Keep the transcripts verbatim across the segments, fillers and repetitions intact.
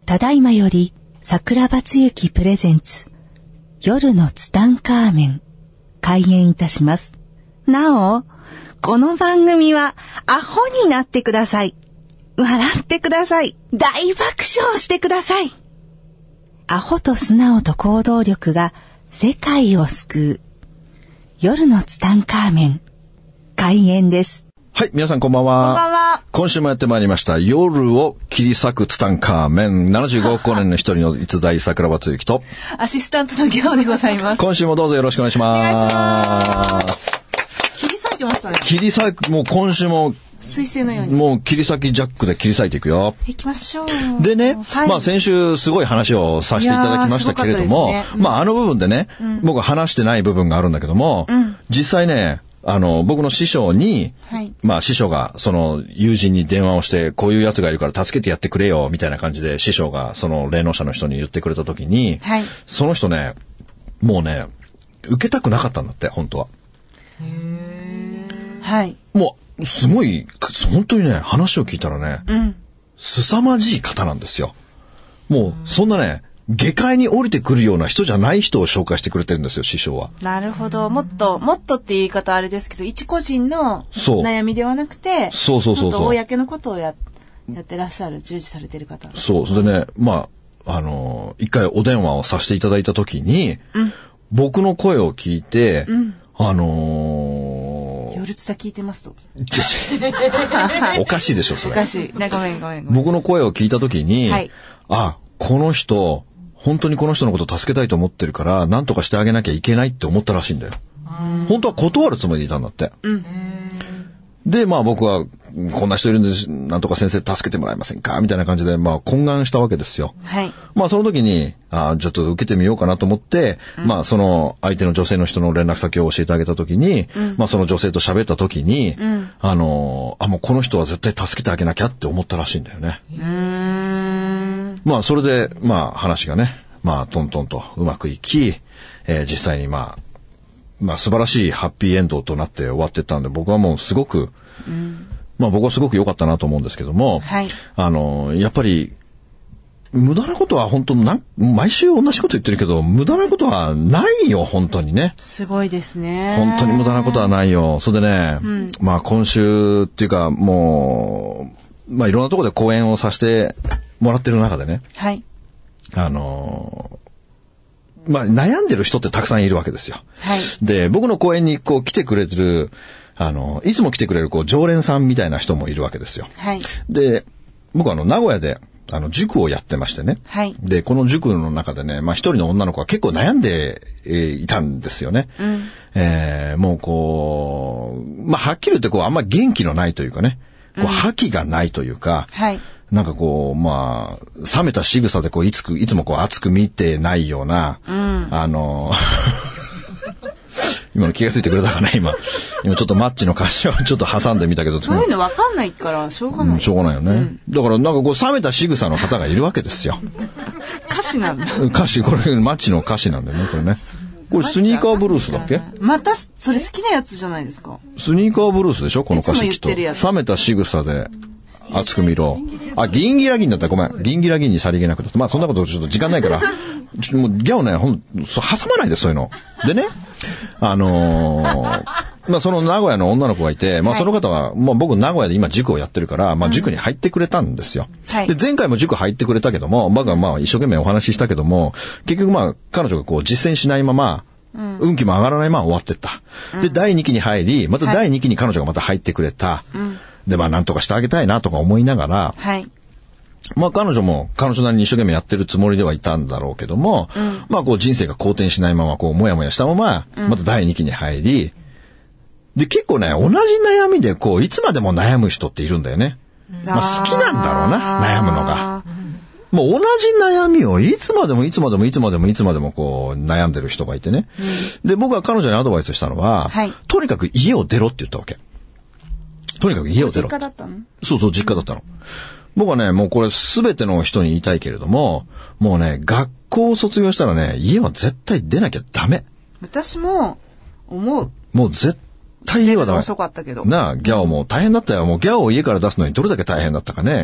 ただいまより桜庭つゆきプレゼンツ夜のツタンカーメン開演いたします。なお、この番組はアホになってください。笑ってください。大爆笑してください。アホと素直と行動力が世界を救う夜のツタンカーメン開演です。 はい、皆さんこんばんは。 こんばんは。 今週もやってまいりました。夜を切り裂くツタンカーメン。ななじゅうごおく光年の一人の逸材桜庭つゆきとアシスタントのギャオでございます。 今週もどうぞよろしくお願いします。 お願いします。切り裂いてましたね。 切り裂く、もう今週も水星のようにもう切り裂きジャックで切り裂いていくよ。 行きましょう。 でね、 はい、 まあ先週すごい話をさせていただきましたけれども、ねうん、まああの部分でね、うん、僕は話してない部分があるんだけども、うん、実際ね、あの、僕の師匠に、はい、まあ師匠がその友人に電話をして、こういう奴がいるから助けてやってくれよ、みたいな感じで師匠がその霊能者の人に言ってくれた時に、はい、その人ね、もうね、受けたくなかったんだって、本当は。 へー。はい。 もう、すごい、本当にね、話を聞いたらね、うん、凄まじい方なんですよ。もう、そんなね、下界に降りてくるような人じゃない人を紹介してくれてるんですよ、師匠は。 なるほど。もっと、もっとって言い方あれですけど、一個人の悩みではなくて、 そうそうそうそう。もっと公のことをや、やってらっしゃる、従事されてる方。 そう。それでね、まあ、あの、一回お電話をさせていただいたときに、うん、僕の声を聞いて、うん、あのー、 夜ツタ聞いてますと。 おかしいでしょ、それ。 おかしい。ごめんごめんごめん。 僕の声を聞いたときに、はい、あ、この人、本当にこの人のことを助けたいと思ってるから、何とかしてあげなきゃいけないって思ったらしいんだよ。本当は断るつもりでいたんだって。うん、で、まあ僕は、こんな人いるんです、なんとか先生助けてもらえませんかみたいな感じで、まあ懇願したわけですよ。はい。まあその時に、あちょっと受けてみようかなと思って、うん、まあその相手の女性の人の連絡先を教えてあげた時に、うん、まあその女性と喋った時に、うん、あの、あ、もうこの人は絶対助けてあげなきゃって思ったらしいんだよね。うーんまあそれで、まあ話がね、まあトントンとうまくいき、えー、実際にまあ、まあ素晴らしいハッピーエンドとなって終わってったんで、僕はもうすごく、うんまあ僕はすごく良かったなと思うんですけども、はい、あの、やっぱり、無駄なことは本当なん、毎週同じこと言ってるけど、無駄なことはないよ、本当にね。 すごいですね。 本当に無駄なことはないよ。それでね、うん、まあ今週っていうかもう、まあいろんなところで講演をさせてもらってる中でね、はい、あの、まあ悩んでる人ってたくさんいるわけですよ。はい、で、僕の講演にこう来てくれてる、あの、いつも来てくれる、こう、常連さんみたいな人もいるわけですよ。はい。で、僕はあの、名古屋で、あの、塾をやってましてね。はい。で、この塾の中でね、まあ、一人の女の子が結構悩んで、えー、いたんですよね。うん。えー、もうこう、まあ、はっきり言ってこう、あんまり元気のないというかね、こう、覇気がないというか、はい。なんかこう、まあ、冷めた仕草でこう、いつく、いつもこう、熱く見てないような、うん。あの、今の気がついてくれたかね、今。今ちょっとマッチの歌詞をちょっと挟んでみたけど。 そういうの分かんないからしょうがない。うん、 しょうがないよね。うん、だからなんかこう冷めた仕草の方がいるわけですよ。 歌詞なんだ。 歌詞、これマッチの歌詞なんだよね、これね。これスニーカーブルースだっけ？ また、それ好きなやつじゃないですか。 スニーカーブルースでしょ、この歌詞きっと。冷めた仕草で熱く見ろ。あ、ギンギラギンだった。ごめん。ギンギラギンにさりげなくだった。まあそんなことちょっと時間ないから。ちょもうギャオね、ほん、挟まないで、そういうの。でね、あのー、まあその名古屋の女の子がいて、まあその方は、まあ僕名古屋で今塾をやってるから、まあ塾に入ってくれたんですよ。はい、で、前回も塾入ってくれたけども、僕はまあ一生懸命お話ししたけども、結局まあ彼女がこう実践しないまま、うん、運気も上がらないまま終わってった。うん、で、だいにきに入り、まただいにきに彼女がまた入ってくれた。はい、で、まあなんとかしてあげたいなとか思いながら、はいまあ彼女も彼女なりに一生懸命やってるつもりではいたんだろうけども、うん、まあこう人生が好転しないままこうもやもやしたまま、まただいにきに入り、で結構ね、同じ悩みでこういつまでも悩む人っているんだよね。まあ好きなんだろうな、悩むのが。もう同じ悩みをいつまでもいつまでもいつまでもいつまでもこう悩んでる人がいてね。うん、で僕は彼女にアドバイスしたのは、はい、とにかく家を出ろって言ったわけ。とにかく家を出ろ。 実家だったの？ そうそう、実家だったの。僕はね、もうこれすべての人に言いたいけれども、もうね、学校を卒業したらね、家は絶対出なきゃダメ。 私も思う。 もう絶対家はダメ。 遅かったけど。 なあ、ギャオも大変だったよ。もうギャオを家から出すのにどれだけ大変だったかね。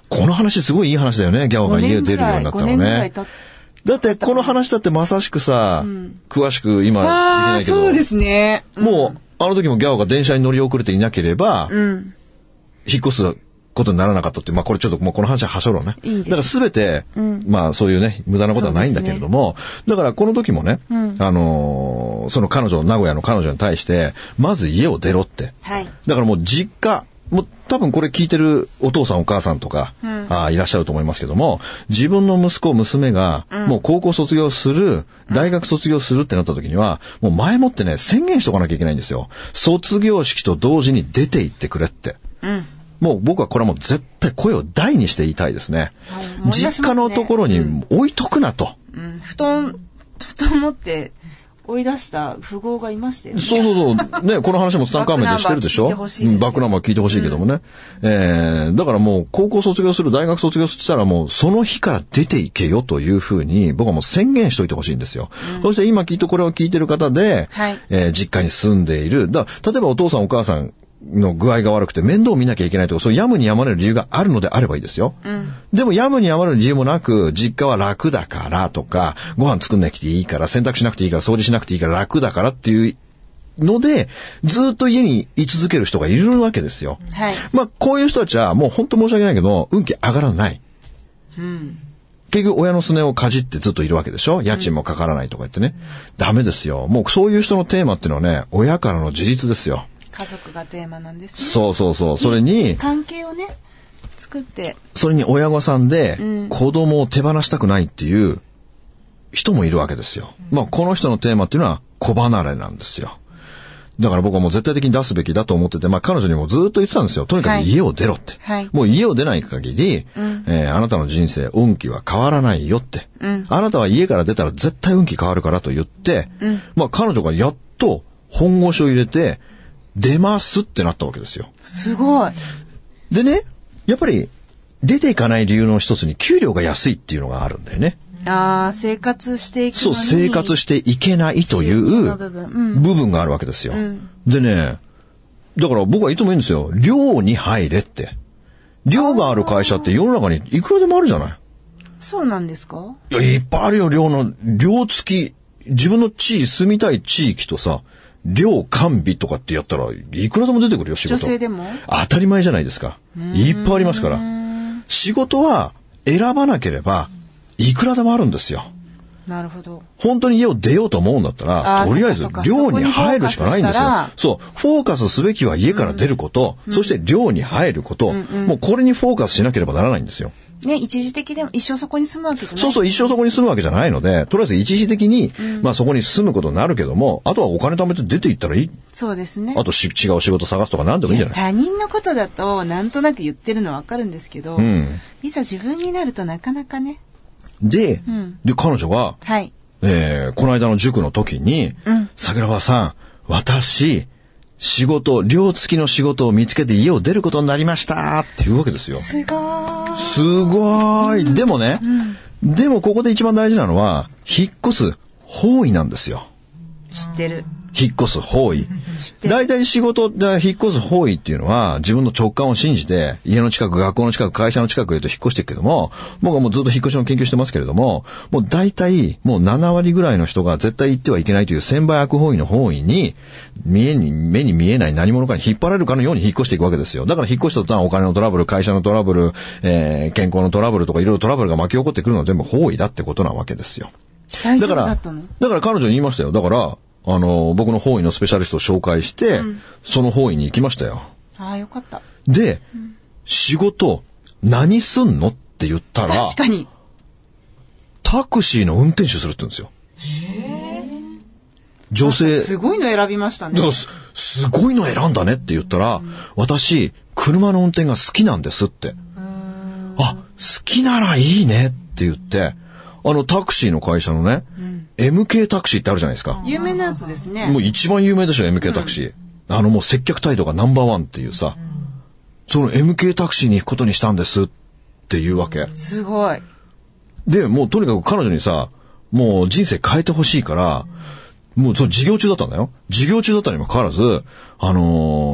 この話すごいいい話だよね。ギャオが家出るようになったのね。だってこの話だってまさしくさ、うん、詳しく今できないけど。 そうですね。 うん、もう、あの時もギャオが電車に乗り遅れていなければ、うん、引っ越すことにならなかったって、まあこれちょっともうこの話ははしょろうね。いいです。だからすべて、うん、まあそういうね、無駄なことはないんだけれども、ね、だからこの時もね、うん、あのー、その彼女、名古屋の彼女に対して、まず家を出ろって。はい。だからもう実家、もう多分これ聞いてるお父さんお母さんとか、うん、あいらっしゃると思いますけども、自分の息子娘がもう高校卒業する、うん、大学卒業するってなった時には、もう前もってね、宣言しとかなきゃいけないんですよ。卒業式と同時に出て行ってくれって。うん、もう僕はこれはもう絶対声を大にして言いたいですね。はい、実家のところに置いとくなと。 うんうん、布団、布団持って、追い出した富豪がいましたよね。 そうそうそう。ね、この話もツタンカーメンでしてるでしょ。バックナンバー聞いてほしいけどもね。うん、えー、だからもう高校卒業する、大学卒業したらもうその日から出ていけよというふうに僕はもう宣言しといてほしいんですよ。うん、そして今きっとこれを聞いてる方で、はい、えー、実家に住んでいる。だ例えばお父さんお母さんの具合が悪くて面倒を見なきゃいけないとか、そういうやむにやまれる理由があるのであればいいですよ。うん、でもやむにやまれる理由もなく、実家は楽だからとか、ご飯作んなくていいから、洗濯しなくていいから、掃除しなくていいから楽だからっていうので、ずっと家に居続ける人がいるわけですよ。はい。まあ、こういう人たちはもう本当申し訳ないけど、運気上がらない。うん。結局親のすねをかじってずっといるわけでしょ。家賃もかからないとか言ってね。うん、ダメですよ。もうそういう人のテーマっていうのはね、親からの自立ですよ。 家族がテーマなんですね。 そうそうそう。それに関係をね作って、 それに親御さんで子供を手放したくないっていう人もいるわけですよ。うん、まあこの人のテーマっていうのは子離れなんですよ。だから僕はもう絶対的に出すべきだと思ってて、まあ彼女にもずっと言ってたんですよ。とにかく家を出ろって。はい、もう家を出ない限り、うん、えー、あなたの人生運気は変わらないよって、うん。あなたは家から出たら絶対運気変わるからと言って、うん、まあ彼女がやっと本腰を入れて。出ますってなったわけですよ。 すごい。 でね、やっぱり出ていかない理由の一つに給料が安いっていうのがあるんだよね。 ああ、生活していくのに。 そう、生活していけないという部分、うん、部分があるわけですよ。うん、でね、だから僕はいつも言うんですよ。寮に入れって。寮がある会社って世の中にいくらでもあるじゃない。 そうなんですか？ いや、いっぱいあるよ、寮の、寮付き、自分の地位、住みたい地域とさ、寮完備とかってやったらいくらでも出てくるよ仕事。 女性でも当たり前じゃないですか。いっぱいありますから。仕事は選ばなければいくらでもあるんですよ。 なるほど。 本当に家を出ようと思うんだったらとりあえず寮に入るしかないんですよ。そう、フォーカスすべきは家から出ること、うん、そして寮に入ること、うんうん、もうこれにフォーカスしなければならないんですよ。 ね、一時的でも一生そこに住むわけじゃない。 そうそう、一生そこに住むわけじゃないので、とりあえず一時的に、うん、まあそこに住むことになるけども、あとはお金貯めて出て行ったらいい。 そうですね。 あとし違う仕事探すとか何でもいいじゃない。 他人のことだとなんとなく言ってるのはわかるんですけど、うん、いざ自分になるとなかなかね。 で、うん、で彼女が、はい、えー、この間の塾の時に、うん、桜庭さん、私仕事、寮付きの仕事を見つけて家を出ることになりましたっていうわけですよ。 すごーい。 すごい。でもね、うん、でもここで一番大事なのは、引っ越す方位なんですよ。 知ってる。 引っ越す方位。大体仕事で引っ越す方位っていうのは自分の直感を信じて家の近く、学校の近く、会社の近くへと引っ越していくけども、僕はもうずっと引っ越しの研究してますけれども、もう大体もうなな割ぐらいの人が絶対行ってはいけないという千倍悪方位の方位に見えに、目に見えない何者かに引っ張られるかのように引っ越していくわけですよ。だから引っ越した途端お金のトラブル、会社のトラブル、えー、健康のトラブルとかいろいろトラブルが巻き起こってくるのは全部方位だってことなわけですよ。 大丈夫だったの？ だから、だから彼女に言いましたよ。だから、あの、僕の方位のスペシャリストを紹介して、うん、その方位に行きましたよ。 ああ、よかった。 で、うん、仕事、何すんのって言ったら、 確かに。 タクシーの運転手するって言うんですよ。へー。女性。 すごいの選びましたね。 す、すごいの選んだねって言ったら、うん、私、車の運転が好きなんですって。あ、好きならいいねって言って、あのタクシーの会社のね、うん、エムケー タクシーってあるじゃないですか。 有名なやつですね。 もう一番有名でしょ、エムケー タクシー。うん、あのもう接客態度がナンバーワンっていうさ、うん、その エムケー タクシーに行くことにしたんですっていうわけ。 すごい。 で、もうとにかく彼女にさ、もう人生変えてほしいから、うん、もうその授業中だったんだよ。授業中だったにもかかわらず、あのー、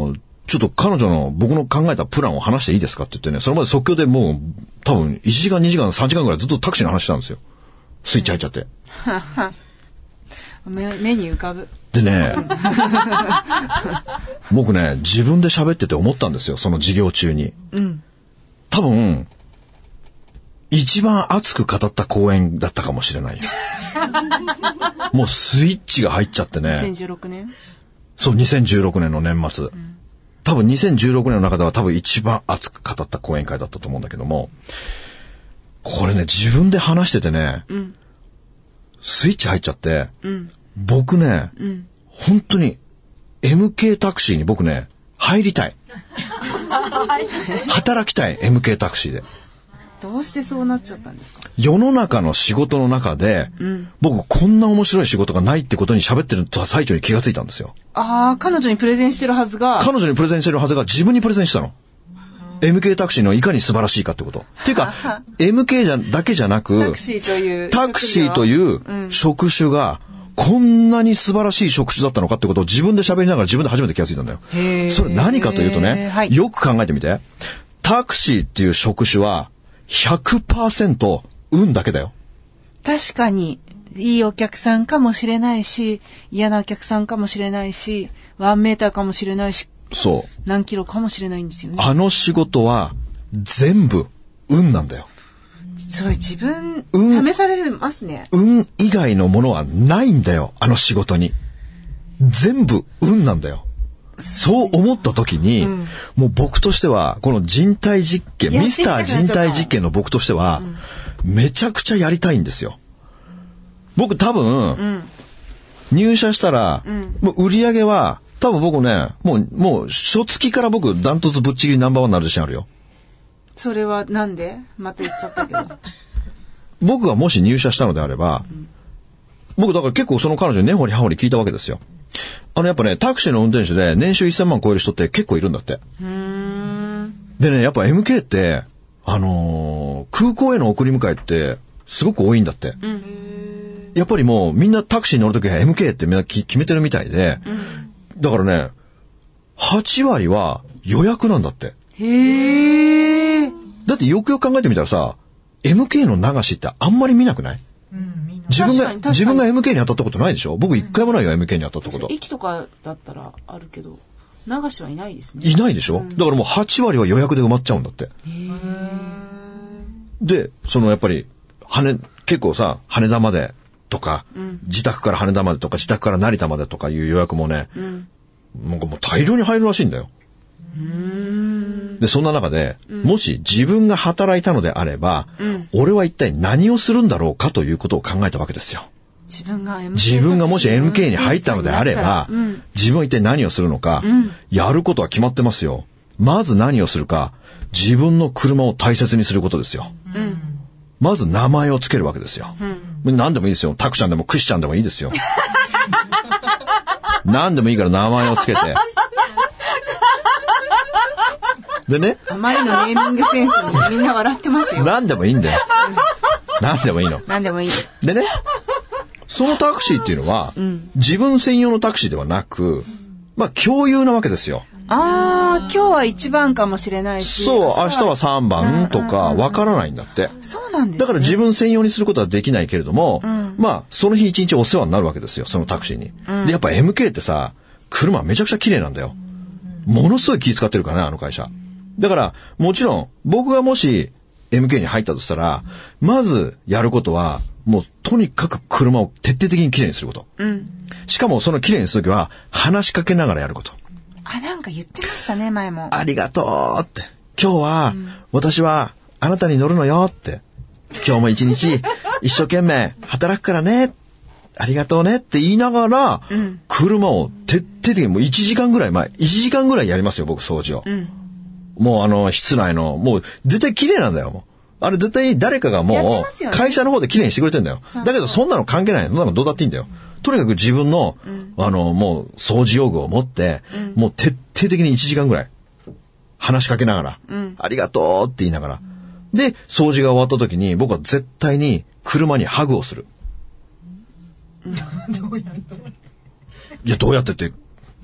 ちょっと彼女の僕の考えたプランを話していいですかって言ってね、それまで即興でもう多分いちじかんにじかんさんじかんぐらいずっとタクシーの話したんですよ。スイッチ入っちゃって。 目, 目に浮かぶ。 でね、僕ね、自分で喋ってて思ったんですよ、その授業中に。うん、多分、一番熱く語った講演だったかもしれないよ。もうスイッチが入っちゃってね。 にせんじゅうろくねん？ そう、にせんじゅうろくねんの年末。うん、多分にせんじゅうろくねんの中では多分一番熱く語った講演会だったと思うんだけども、これね、自分で話しててね、うん、スイッチ入っちゃって、うん、僕ね、うん、本当に エムケー タクシーに僕ね、入りたい。働きたい、エムケー タクシーで。 どうしてそうなっちゃったんですか？ 世の中の仕事の中で、うん、僕こんな面白い仕事がないってことに喋ってる最中に気がついたんですよ。 ああ、彼女にプレゼンしてるはずが。 彼女にプレゼンしてるはずが自分にプレゼンしたの。エムケー タクシーのいかに素晴らしいかってこと。っていうか、エムケー じゃだけじゃなく、 タクシーという、 タクシーという職種が、こんなに素晴らしい職種だったのかってことを自分で喋りながら自分で初めて気がついたんだよ。それ何かというとね、はい、よく考えてみて。タクシーっていう職種は ひゃくパーセント 運だけだよ。 確かに、いいお客さんかもしれないし、嫌なお客さんかもしれないし、ワンメーターかもしれないし、 そう。 何キロかもしれないんですよね。 あの仕事は全部運なんだよ。 それ自分、試されますね。 運以外のものはないんだよ、あの仕事に。全部運なんだよ。そう思った時に、うん、もう僕としては、この人体実験、ミスター人体実験の僕としては、うん、めちゃくちゃやりたいんですよ。僕多分、うん、入社したら、うん、もう売り上げは、多分僕ね、もう、もう、初月から僕、ダントツぶっちぎりナンバーワンになる自信あるよ。 それはなんで？また言っちゃったけど。 僕がもし入社したのであれば、うん、僕だから結構その彼女に根掘り葉掘り聞いたわけですよ。あのやっぱね、タクシーの運転手で年収せんまん超える人って結構いるんだって。うーんでね、やっぱ エムケー って、あのー、空港への送り迎えってすごく多いんだって。うん、やっぱりもうみんなタクシーに乗るときは エムケー ってみんな決めてるみたいで、うん、だからね、はちわりは予約なんだって。 へー。 だってよくよく考えてみたらさ、エムケー の流しってあんまり見なくない？うん、自分が、自分が エムケー に当たったことないでしょ？僕一回もないよ、うん、エムケー に当たったこと。 駅とかだったらあるけど、流しはいないですね。 いないでしょ？うん、だからもうはちわりは予約で埋まっちゃうんだって。へー。で、そのやっぱり、羽、結構さ、羽田までとか、うん、自宅から羽田までとか、自宅から成田までとかいう予約もね、うん、なんかもう大量に入るらしいんだよ。うーんで、そんな中で、うん、もし自分が働いたのであれば、うん、俺は一体何をするんだろうかということを考えたわけですよ。 自分が エムケー自分がもし エムケー に入ったのであれば、うん、自分は一体何をするのか、うん、やることは決まってますよ。まず何をするか、自分の車を大切にすることですよ。うん、まず名前をつけるわけですよ。うん、何でもいいですよ。タクちゃんでもクシちゃんでもいいですよ。何でもいいから名前をつけて。でね。 あまりのネーミングセンスにみんな笑ってますよ。 何でもいいんだよ。何でもいいの。 何でもいい。 でね、そのタクシーっていうのは、うん、自分専用のタクシーではなく、まあ共有なわけですよ。 ああ、今日はいちばんかもしれないし。 そう、明日はさんばんとかわからないんだって。 そうなんですね。 だから自分専用にすることはできないけれども、うん、まあその日一日お世話になるわけですよ、そのタクシーに。うん、で、やっぱ エムケー ってさ、車めちゃくちゃ綺麗なんだよ。ものすごい気遣ってるからね、あの会社。だから、もちろん、僕がもし エムケー に入ったとしたら、まずやることは、もうとにかく車を徹底的に綺麗にすること。うん、しかもその綺麗にするときは、話しかけながらやること。 あ、なんか言ってましたね、前も。 ありがとうって。今日は、うん、私はあなたに乗るのよって。今日も一日一生懸命働くからね。ありがとうねって言いながら、うん、車を徹底的にもういちじかんぐらい前、いちじかんぐらいやりますよ、僕掃除を。うん、もうあの、室内の、もう絶対綺麗なんだよ、もう。あれ絶対誰かがもう、会社の方で綺麗にしてくれてんだよ。だけどそんなの関係ない。そんなのどうだっていいんだよ。とにかく自分の、うん、あの、もう掃除用具を持って、うん、もう徹底的にいちじかんぐらい話しかけながら、うん、ありがとうって言いながら。で、掃除が終わった時に僕は絶対に車にハグをする。どうやっていや、どうやってって、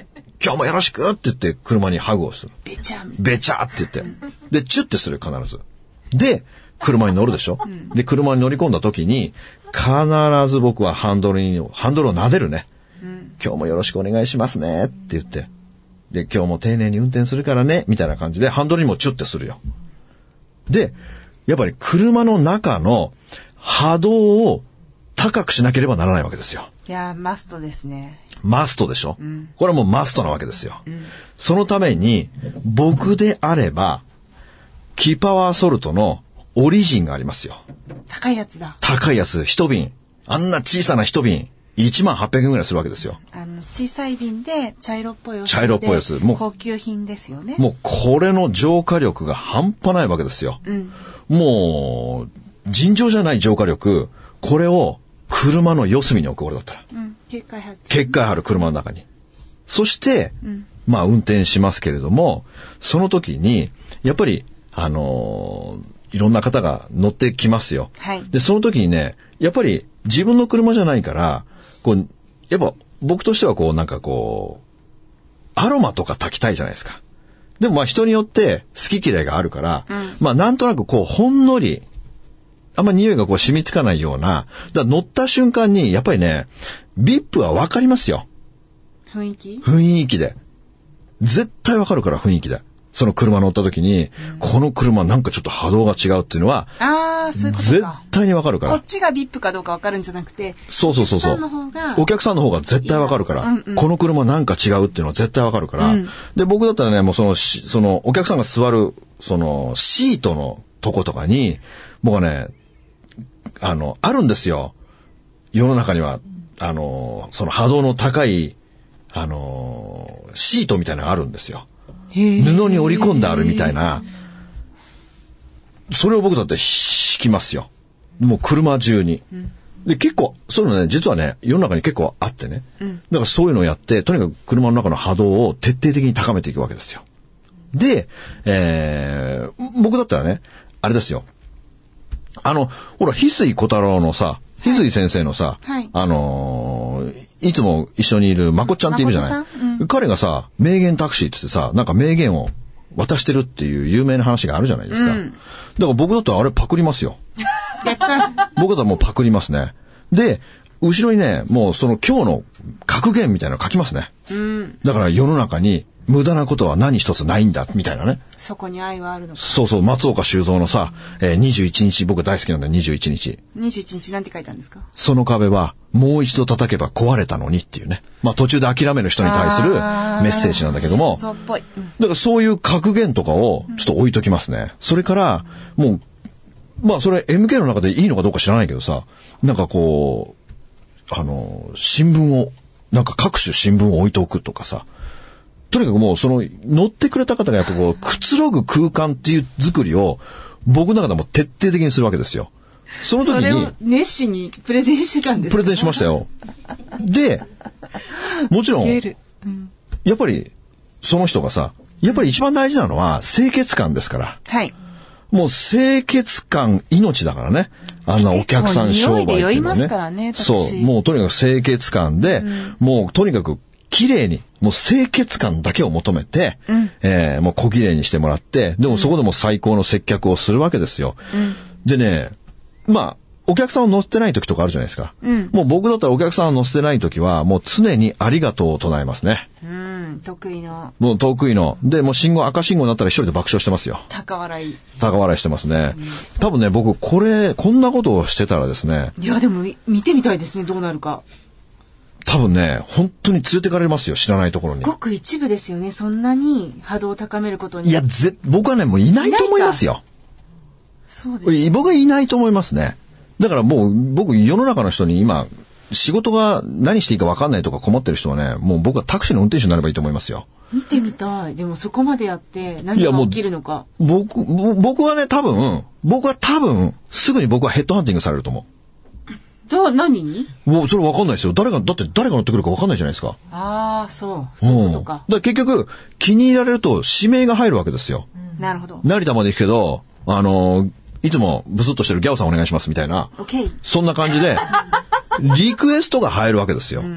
今日もよろしくって言って車にハグをする。 べちゃん。 べちゃって言って。で、チュッてする必ず。で、車に乗るでしょ、うん、で、車に乗り込んだ時に、必ず僕はハンドルに、ハンドルを撫でるね。うん、今日もよろしくお願いしますねって言って。で、今日も丁寧に運転するからね、みたいな感じで、ハンドルにもチュッてするよ。で、やっぱり車の中の波動を高くしなければならないわけですよ。 いやー、マストですね。 マストでしょ、うん、これはもうマストなわけですよ。うん、そのために、僕であれば、キーパワーソルトのオリジンがありますよ。 高いやつだ。 高いやつ、一瓶。あんな小さな一瓶、いちまんはっぴゃくえんぐらいするわけですよ。 あの、小さい瓶で茶色っぽいお酢で。 茶色っぽいやつ。 もう高級品ですよね。 もうこれの浄化力が半端ないわけですよ。うん、もう、尋常じゃない浄化力、これを車の四隅に置く、俺だったら。うん、 結界貼って。 結界貼る、車の中に。そして、うん、まあ運転しますけれども、その時に、やっぱり、あのー、いろんな方が乗ってきますよ。はい。で、その時にね、やっぱり自分の車じゃないから、こう、やっぱ僕としてはこう、なんかこう、アロマとか炊きたいじゃないですか。でもまあ人によって好き嫌いがあるから、うん、まあなんとなくこう、ほんのり、あんま匂いがこう染みつかないような、だから乗った瞬間に、やっぱりね、ビップはわかりますよ。 雰囲気？ 雰囲気で。絶対わかるから、雰囲気で。その車乗った時に、うん、この車なんかちょっと波動が違うっていうのは、 ああ、そういうことか。 絶対にわかるから。 こっちがビップかどうかわかるんじゃなくて、 そうそうそうそう。お客さんの方が、お客さんの方が絶対わかるから、うんうん、この車なんか違うっていうのは絶対わかるから、うん、で、僕だったらね、もうその、その、お客さんが座る、その、シートのとことかに、僕はね、あの、あるんですよ。世の中には、あの、その波動の高い、あの、シートみたいなのがあるんですよ。布に織り込んであるみたいな。それを僕だって敷きますよ。もう車中に。うん、で、結構、そういうのね、実はね、世の中に結構あってね。うん、だからそういうのをやって、とにかく車の中の波動を徹底的に高めていくわけですよ。で、えー、僕だったらね、あれですよ。あの、ほら、翡翠小太郎のさ、翡翠先生のさ、はい、あのー、いつも一緒にいるまこっちゃんっているじゃない、うん、彼がさ、名言タクシーって言ってさ、なんか名言を渡してるっていう有名な話があるじゃないですか。うん、だから僕だったらあれパクりますよ。 やっちゃう。 僕だったらもうパクりますね。で、後ろにね、もうその今日の格言みたいなの書きますね。うん、だから世の中に無駄なことは何一つないんだ、みたいなね。 そこに愛はあるのか。 そうそう、松岡修造のさ、えー、にじゅういちにち、僕大好きなんだよ、にじゅういちにち。 にじゅういちにちなんて書いたんですか？ その壁は、もう一度叩けば壊れたのにっていうね。まあ途中で諦める人に対するメッセージなんだけども。 そうっぽい。うん、 だからそういう格言とかをちょっと置いときますね。うん、それから、もう、まあそれ エムケー の中でいいのかどうか知らないけどさ、なんかこう、あの、新聞を、なんか各種新聞を置いておくとかさ、とにかくもうその乗ってくれた方がやっぱこうくつろぐ空間っていう作りを僕の中でも徹底的にするわけですよ。その時にそれを熱心にプレゼンしてたんですか？ プレゼンしましたよ。で、もちろん、うん、やっぱりその人がさ、やっぱり一番大事なのは清潔感ですから。はい。もう清潔感命だからね。あんなお客さん商売っていうのはね。匂いで酔いますからね。そう、もうとにかく清潔感で、うん、もうとにかく綺麗に、もう清潔感だけを求めて、うん、えー、もう小綺麗にしてもらって、でもそこでも最高の接客をするわけですよ。うん、でね、まあ、お客さんを乗せてない時とかあるじゃないですか。うん、もう僕だったらお客さんを乗せてない時は、もう常にありがとうを唱えますね。 うん、得意の。 もう得意の。で、もう信号、赤信号になったら一人で爆笑してますよ。 高笑い。 高笑いしてますね。うん、多分ね、僕、これ、こんなことをしてたらですね。 いや、でも、見てみたいですね、どうなるか。 多分ね、本当に連れてかれますよ、知らないところに。 ごく一部ですよね、そんなに波動を高めることに。 いや、ぜ、僕はね、もういないと思いますよ。 そうです。 僕はいないと思いますね。だからもう、僕、世の中の人に今、仕事が何していいか分かんないとか困ってる人はね、もう僕はタクシーの運転手になればいいと思いますよ。 見てみたい。でもそこまでやって何が起きるのか。 僕、僕はね、多分、僕は多分、すぐに僕はヘッドハンティングされると思う。 どう、何に？ もうそれ分かんないですよ。誰が、だって誰が乗ってくるか分かんないじゃないですか。 ああ、そう。そういうことか。 うん、だから結局、気に入られると指名が入るわけですよ。 うん、なるほど。 成田まで行くけど、あのー、いつもブスッとしてるギャオさんお願いしますみたいな。 オッケー。 そんな感じで、リクエストが入るわけですよ。うん、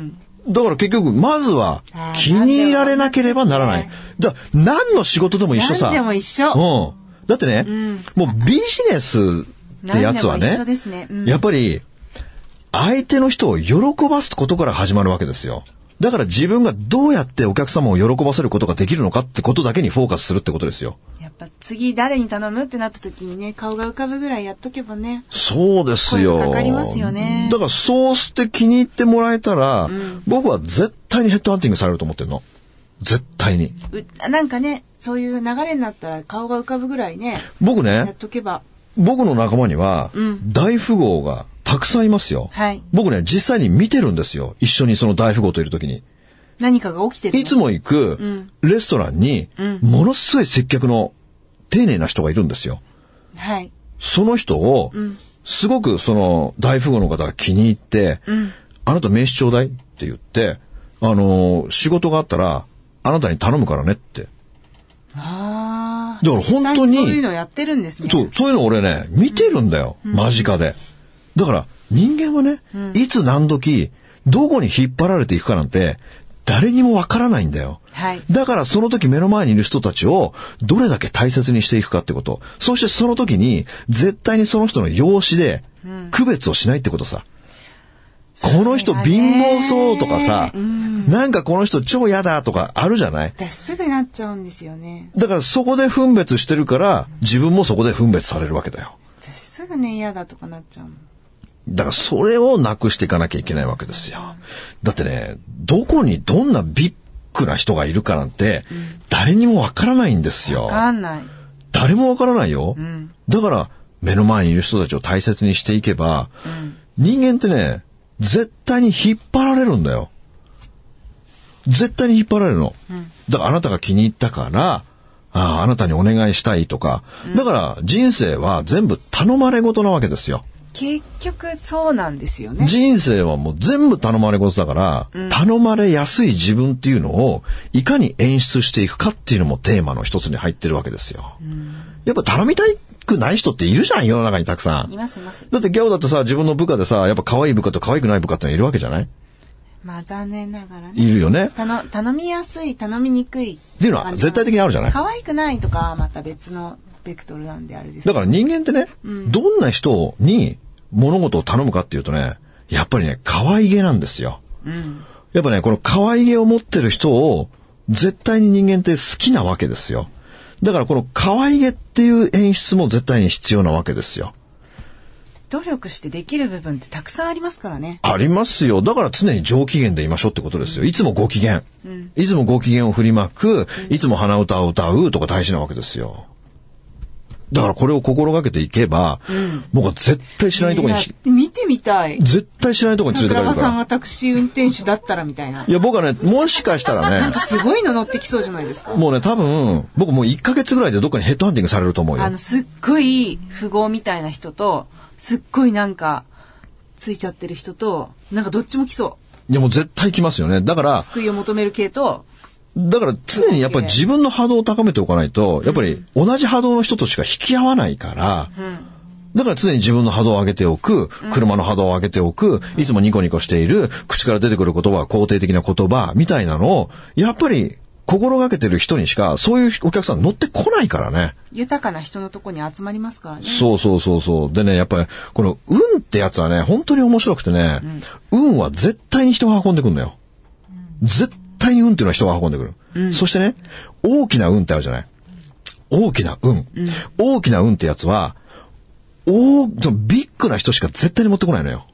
だから結局、まずは気に入られなければならない。だから何の仕事でも一緒さ。 何でも一緒。 うん。だってね、うん、もうビジネスってやつはね、 ねうん、 やっぱり相手の人を喜ばすことから始まるわけですよ。だから自分がどうやってお客様を喜ばせることができるのかってことだけにフォーカスするってことですよ。 やっぱ次誰に頼むってなった時にね、顔が浮かぶぐらいやっとけばね。 そうですよ。 声かかりますよね。 だからそうして気に入ってもらえたら、うん、僕は絶対にヘッドハンティングされると思ってるの。絶対に。 なんかね、そういう流れになったら顔が浮かぶぐらいね。 僕ね、 やっとけば。 僕の仲間には、うん、大富豪がたくさんいますよ。 はい。 僕ね、実際に見てるんですよ。一緒にその大富豪といるときに。 何かが起きてる。 いつも行くレストランに、ものすごい接客の丁寧な人がいるんですよ。 はい。 その人を、すごくその大富豪の方が気に入って、うん、あなた名刺ちょうだいって言って、あのー、仕事があったら、あなたに頼むからねって。 ああ。 だから本当に。 そういうのやってるんですね。 そう、そういうの俺ね、見てるんだよ。うん、間近で。だから人間はね、うん、いつ何時、どこに引っ張られていくかなんて、誰にもわからないんだよ。 はい。 だからその時目の前にいる人たちをどれだけ大切にしていくかってこと。そしてその時に絶対にその人の容姿で区別をしないってことさ。うん、この人貧乏そうとかさ、うん、なんかこの人超嫌だとかあるじゃない？ 私すぐなっちゃうんですよね。 だからそこで分別してるから自分もそこで分別されるわけだよ。 私すぐね嫌だとかなっちゃうの。 だからそれをなくしていかなきゃいけないわけですよ。だってね、どこにどんなビッグな人がいるかなんて、誰にもわからないんですよ。 わかんない。 誰もわからないよ、 うん。 だから目の前にいる人たちを大切にしていけば、うん、人間ってね、絶対に引っ張られるんだよ。絶対に引っ張られるの。うん、だからあなたが気に入ったから、ああ、あなたにお願いしたいとか、うん、だから人生は全部頼まれ事なわけですよ。 結局そうなんですよね。 人生はもう全部頼まれ事だから、うん、頼まれやすい自分っていうのをいかに演出していくかっていうのもテーマの一つに入ってるわけですよ。うん、やっぱ頼みたくない人っているじゃん、世の中にたくさん。 いますいます。 だってギャオだってさ、自分の部下でさ、やっぱ可愛い部下と可愛くない部下ってのいるわけじゃない？ まあ残念ながらね。 いるよね。 頼、頼みやすい、頼みにくい。 っていうのは絶対的にあるじゃない？ 可愛くないとかまた別のベクトルなんであれです。 だから人間ってね、うん、どんな人に物事を頼むかっていうとね、やっぱりね、可愛げなんですよ。うん、やっぱね、この可愛げを持ってる人を絶対に人間って好きなわけですよ。だからこの可愛げっていう演出も絶対に必要なわけですよ。 努力してできる部分ってたくさんありますからね。 ありますよ。だから常に上機嫌でいましょうってことですよ。いつもご機嫌。うん、いつもご機嫌を振りまく、うん、いつも鼻歌を歌うとか大事なわけですよ。だからこれを心がけていけば、うん、僕は絶対知らないところに、 見てみたい。 絶対知らないところに連れてかれるから。 桜庭さんがタクシー運転手だったらみたいな。 いや僕はね、もしかしたらね。 なんかすごいの乗ってきそうじゃないですか。 もうね、多分、僕もういっかげつぐらいでどっかにヘッドハンティングされると思うよ。 あの、すっごい富豪みたいな人と、すっごいなんか、ついちゃってる人と、なんかどっちも来そう。 いやもう絶対来ますよね。だから。 救いを求める系と、 だから常にやっぱり自分の波動を高めておかないと、やっぱり同じ波動の人としか引き合わないから、うん、だから常に自分の波動を上げておく、車の波動を上げておく、いつもニコニコしている、口から出てくる言葉は肯定的な言葉みたいなのを、やっぱり心がけてる人にしか、そういうお客さん乗ってこないからね。 豊かな人のとこに集まりますからね。 そうそうそうそう。でね、やっぱり、この運ってやつはね、本当に面白くてね、うん、運は絶対に人が運んでくるんだよ。うん、絶対に運っていうのは人が運んでくる。うん、そしてね、大きな運ってあるじゃない。大きな運。うん、大きな運ってやつは、大、そのビッグな人しか絶対に持ってこないのよ。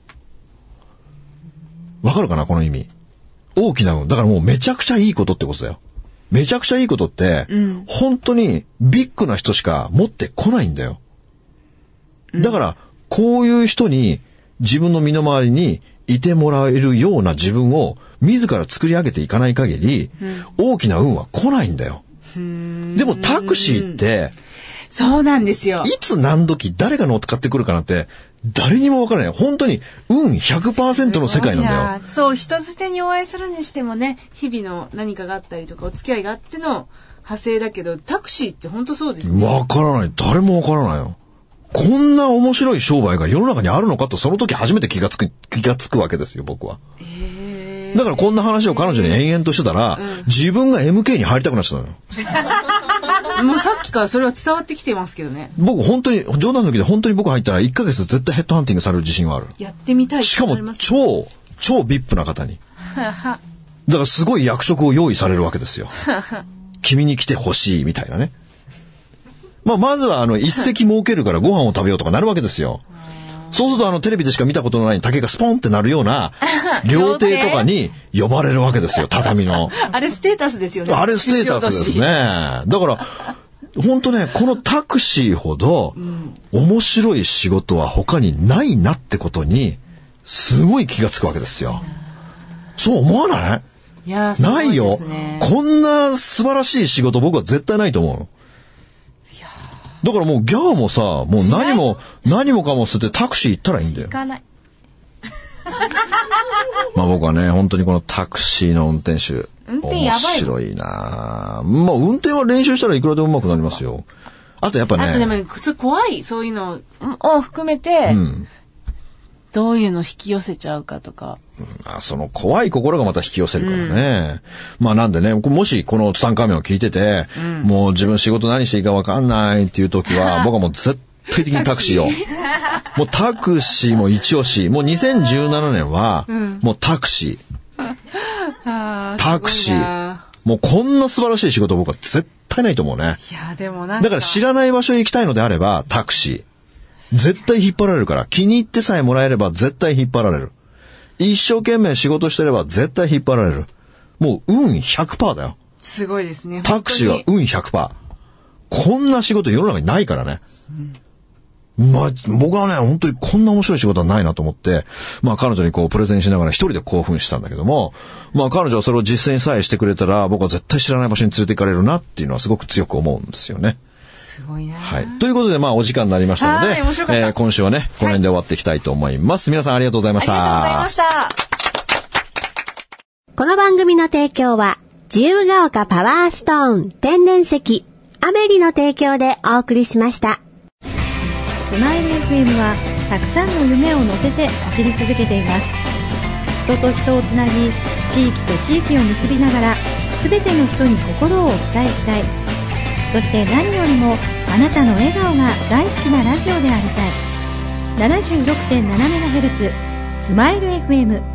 わかるかなこの意味。大きな運。だからもうめちゃくちゃいいことってことだよ。めちゃくちゃいいことって、うん、本当にビッグな人しか持ってこないんだよ。だから、こういう人に自分の身の回りにいてもらえるような自分を自ら作り上げていかない限り、うん、大きな運は来ないんだよ。でもタクシーって、 そうなんですよ。 いつ何時誰が乗っかってくるかなんて誰にもわからない。本当に運 ひゃくパーセント の世界なんだよ。 そう、人づてにお会いするにしてもね、日々の何かがあったりとかお付き合いがあっての派生だけど、タクシーって本当そうですね。 わからない。誰もわからないよ。こんな面白い商売が世の中にあるのかと、その時初めて気がつく、気がつくわけですよ、僕は。 へだからこんな話を彼女に延々としてたら、うん、自分が エムケー に入りたくなっちゃったのよ。 もうさっきからそれは伝わってきてますけどね。 僕本当に、冗談抜きで本当に僕入ったらいっかげつ絶対ヘッドハンティングされる自信がある。 やってみたい。 しかも超、超ビップな方に。だからすごい役職を用意されるわけですよ。君に来てほしいみたいなね。まあまずはあの一席設けるからご飯を食べようとかなるわけですよ。そうするとあのテレビでしか見たことのない竹がスポンってなるような料亭とかに呼ばれるわけですよ、畳の。 あれステータスですよね。 あれステータスですね。だから本当ね、このタクシーほど面白い仕事は他にないなってことにすごい気がつくわけですよ。そう思わない？ いや、すごいですね。ないよ。 こんな素晴らしい仕事僕は絶対ないと思う。だからもうギャーもさ、もう何も何もかも捨ててタクシー行ったらいいんだよ。 行かない。 まあ僕はね、本当にこのタクシーの運転手、 運転やばい。 面白いな。まあ運転は練習したらいくらでも上手くなりますよ。あとやっぱね。 あとでも普通怖い、そういうのを含めて、うん、どういうの引き寄せちゃうかとか。 うん、その怖い心がまた引き寄せるからね。うん、まあなんでね、もしこのツタンカーメンを聞いてて、うん、もう自分仕事何していいか分かんないっていう時は、僕はもう絶対的にタクシーを。もうタクシーも一押し。もうにせんじゅうななねんは、もうタクシー。タクシー。もうこんな素晴らしい仕事僕は絶対ないと思うね。 いや、でもなんか。 だから知らない場所へ行きたいのであれば、タクシー。絶対引っ張られるから。気に入ってさえもらえれば絶対引っ張られる。一生懸命仕事してれば絶対引っ張られる。もう運 ひゃくパーセント だよ。 すごいですね。 タクシーは運 ひゃくパーセント。こんな仕事世の中にないからね。うん、まあ、僕はね、本当にこんな面白い仕事はないなと思って、まあ彼女にこうプレゼンしながら一人で興奮したんだけども、まあ彼女はそれを実践さえしてくれたら僕は絶対知らない場所に連れて行かれるなっていうのはすごく強く思うんですよね。 すごいな。 はい。ということで、まあ、お時間になりましたので、 はい、面白かった。 えー、今週はね、この辺で終わっていきたいと思います。はい、皆さんありがとうございました。 ありがとうございました。 この番組の提供は、自由が丘パワーストーン天然石、アメリの提供でお送りしました。 スマイル エフエム は、たくさんの夢を乗せて走り続けています。人と人をつなぎ、地域と地域を結びながら、すべての人に心をお伝えしたい。そして何よりもあなたの笑顔が大好きなラジオでありたい。 ななじゅうろくてんななメガヘルツ スマイル エフエム